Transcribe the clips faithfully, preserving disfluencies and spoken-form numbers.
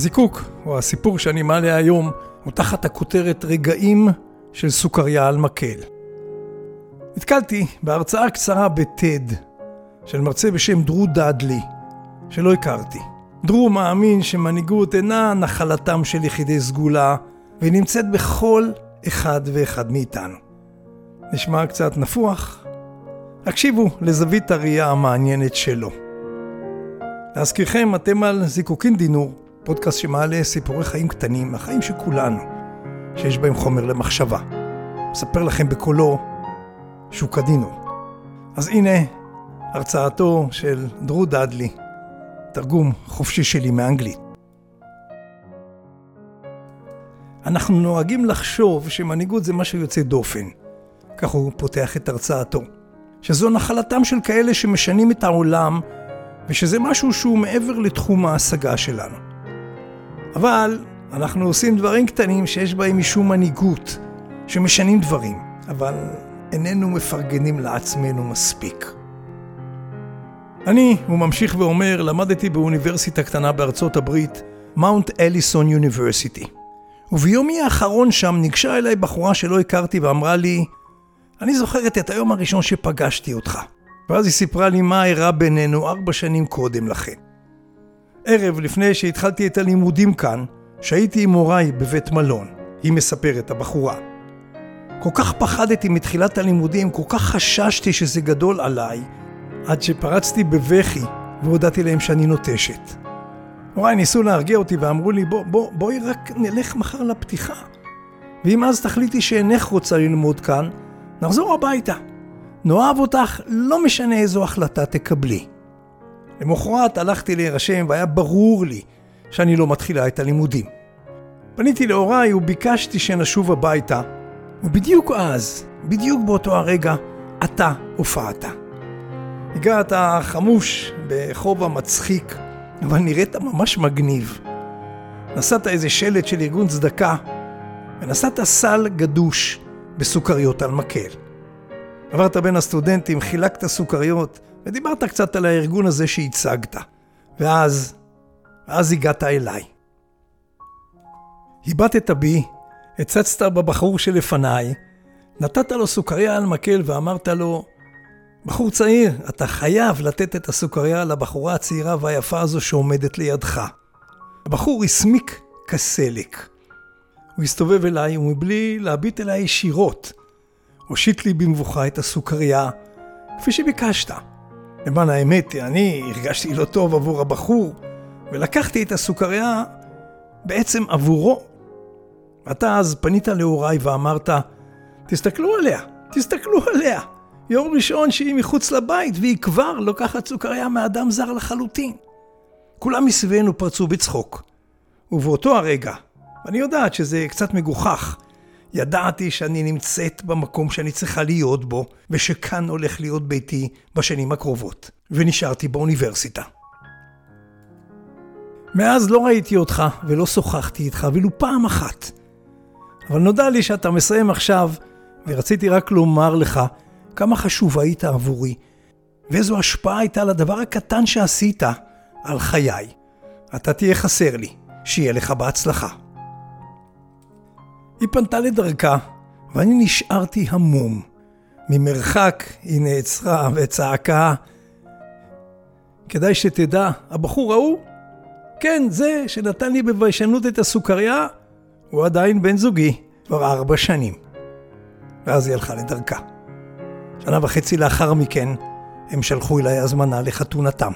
הזיקוק, או הסיפור שאני מעלה היום, הוא תחת הכותרת רגעים של סוכריה על מקל. נתקלתי בהרצאה קצרה בטד של מרצה בשם דרו דאדלי, שלא הכרתי. דרו מאמין שמנהיגות אינה נחלתם של יחידי סגולה, והיא נמצאת בכל אחד ואחד מאיתנו. נשמע קצת נפוח? הקשיבו לזווית הראייה המעניינת שלו. להזכירכם, אתם על זיקוקין דינור, פודקאסט שמעלה סיפורי חיים קטנים, החיים של כולנו, שיש בהם חומר למחשבה. מספר לכם בקולו שוק הדינור. אז הנה הרצאתו של דרו דאדלי, תרגום חופשי שלי מאנגלית. אנחנו נוהגים לחשוב שמנהיגות זה משהו יוצא דופן. כך הוא פותח את הרצאתו. שזו נחלתם של כאלה שמשנים את העולם, ושזה משהו שהוא מעבר לתחום ההשגה שלנו. אבל אנחנו עושים דברים קטנים שיש בהם משום מנהיגות, שמשנים דברים, אבל איננו מפרגנים לעצמנו מספיק. אני, הוא ממשיך ואומר, למדתי באוניברסיטה קטנה בארצות הברית, מאונט אליסון יוניברסיטי. וביומי האחרון שם ניגשה אליי בחורה שלא הכרתי ואמרה לי, אני זוכרת את היום הראשון שפגשתי אותך. ואז היא סיפרה לי מה אירע בינינו ארבע שנים קודם לכן. ערב לפני שהתחלתי את הלימודים כאן, שהייתי עם הוריי בבית מלון, היא מספרת, הבחורה. כל כך פחדתי מתחילת הלימודים, כל כך חששתי שזה גדול עליי, עד שפרצתי בבכי והודעתי להם שאני נוטשת. הוריי ניסו להרגיע אותי ואמרו לי, בוא, בוא, בואי רק נלך מחר לפתיחה. ואם אז תחליטי שאינך רוצה ללמוד כאן, נחזור הביתה. נאהב אותך, לא משנה איזו החלטה תקבלי. למחרת הלכתי להירשם והיה ברור לי שאני לא מתחילה את הלימודים. פניתי להוריי וביקשתי שנשוב הביתה, ובדיוק אז, בדיוק באותו הרגע, אתה הופעת. הגעת חמוש בחובה מצחיק, אבל נראית ממש מגניב. נסעת איזה שלט של ארגון צדקה, ונסעת סל גדוש בסוכריות על מקל. עברת בין הסטודנטים, חילקת סוכריות, ודיברת קצת על הארגון הזה שהצגת. ואז, אז הגעת אליי. היבטת בי, הצצת בבחור שלפניי, נתת לו סוכריה על מקל ואמרת לו, בחור צעיר, אתה חייב לתת את הסוכריה לבחורה הצעירה והיפה הזו שעומדת לידך. הבחור הסמיק כסלק. הוא הסתובב אליי ומבלי להביט אליי ישירות, הושיט לי במבוכה את הסוכריה, כפי שביקשת. למען האמת, אני הרגשתי לא טוב עבור הבחור, ולקחתי את הסוכריה בעצם עבורו. אתה אז פנית להוריי ואמרת, תסתכלו עליה, תסתכלו עליה. יום ראשון שהיא מחוץ לבית, והיא כבר לוקחת סוכריה מאדם זר לחלוטין. כולם מסביבנו פרצו בצחוק. ובאותו הרגע, ואני יודעת שזה קצת מגוחך, ידעתי שאני נמצאת במקום שאני צריכה להיות בו, ושכאן הולך להיות ביתי בשנים הקרובות, ונשארתי באוניברסיטה. מאז לא ראיתי אותך ולא שוחחתי איתך, ולו פעם אחת. אבל נודע לי שאתה מסיים עכשיו, ורציתי רק לומר לך כמה חשוב היית עבורי, ואיזו השפעה הייתה לדבר הקטן שעשית על חיי. אתה תהיה חסר לי, שיהיה לך בהצלחה. היא פנתה לדרכה, ואני נשארתי המום. ממרחק היא נעצרה וצעקה, כדאי שתדע, הבחור ההוא, כן, זה שנתן לי בביישנות את הסוכריה, הוא עדיין בן זוגי, כבר ארבע שנים. ואז היא הלכה לדרכה. שנה וחצי לאחר מכן, הם שלחו אליי הזמנה לחתונתם.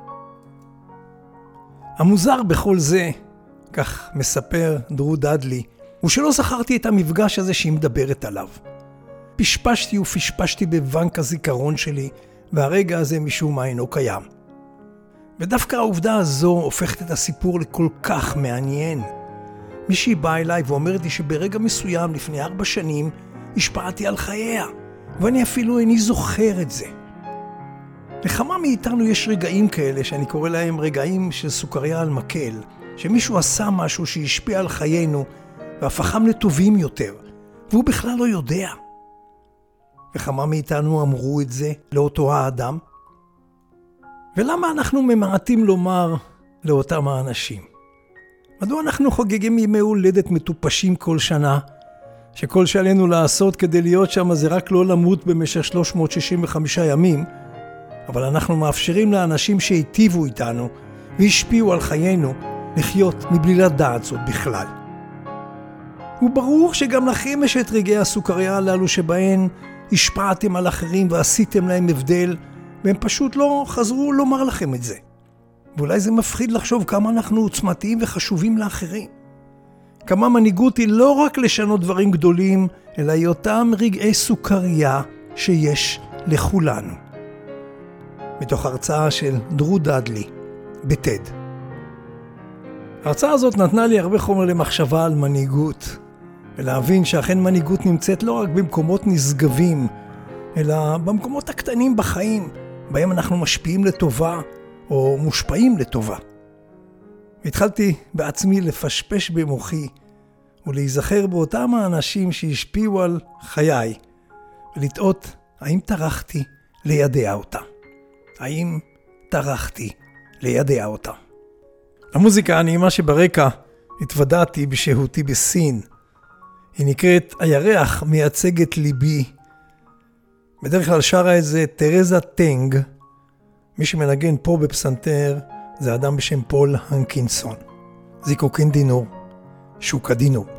המוזר בכל זה, כך מספר דרו דאדלי, הוא שלא זכרתי את המפגש הזה שהיא מדברת עליו. פשפשתי ופשפשתי בבנק הזיכרון שלי, והרגע הזה משום מה אינו קיים. ודווקא העובדה הזו הופכת את הסיפור לכל כך מעניין. מישהי באה אליי ואומרת לי שברגע מסוים לפני ארבע שנים השפעתי על חייה, ואני אפילו איני זוכר את זה. לכמה מאיתנו יש רגעים כאלה שאני קורא להם רגעים של סוכריה על מקל, שמישהו עשה משהו שהשפיע על חיינו והפכם לטובים יותר, והוא בכלל לא יודע. וכמה מאיתנו אמרו את זה לאותו האדם? ולמה אנחנו ממעטים לומר לאותם האנשים? מדוע אנחנו חוגגים ימי הולדת מטופשים כל שנה, שכל שעלינו לעשות כדי להיות שם זה רק לא למות במשך שלוש מאות שישים וחמישה ימים, אבל אנחנו מאפשרים לאנשים שהיטיבו איתנו והשפיעו על חיינו לחיות מבלי לדעת זאת בכלל. וברור שגם לכם יש את רגעי הסוכריה הללו שבהן השפעתם על אחרים ועשיתם להם הבדל, והם פשוט לא חזרו לומר לכם את זה. ואולי זה מפחיד לחשוב כמה אנחנו עוצמתיים וחשובים לאחרים. כמה מנהיגות היא לא רק לשנות דברים גדולים, אלא היא אותם רגעי סוכריה שיש לכולנו. מתוך הרצאה של דרו דאדלי, בטד. ההרצאה הזאת נתנה לי הרבה חומר למחשבה על מנהיגות, ולהבין שאכן מנהיגות נמצאת לא רק במקומות נשגבים, אלא במקומות הקטנים בחיים, בהם אנחנו משפיעים לטובה, או מושפעים לטובה. התחלתי בעצמי לפשפש במוחי, ולהיזכר באותם האנשים שהשפיעו על חיי, ולתאות האם טרחתי לידע אותם. האם טרחתי לידע אותם. המוזיקה הנעימה שברקע התוודעתי בשהותי בסין. היא נקראת הירח מייצג את ליבי. בדרך כלל שרה את זה תרזה טנג. מי שמנגן פה בפסנתר זה אדם בשם פול הנקינסון. זיקוקין דינור, שוקה דינור.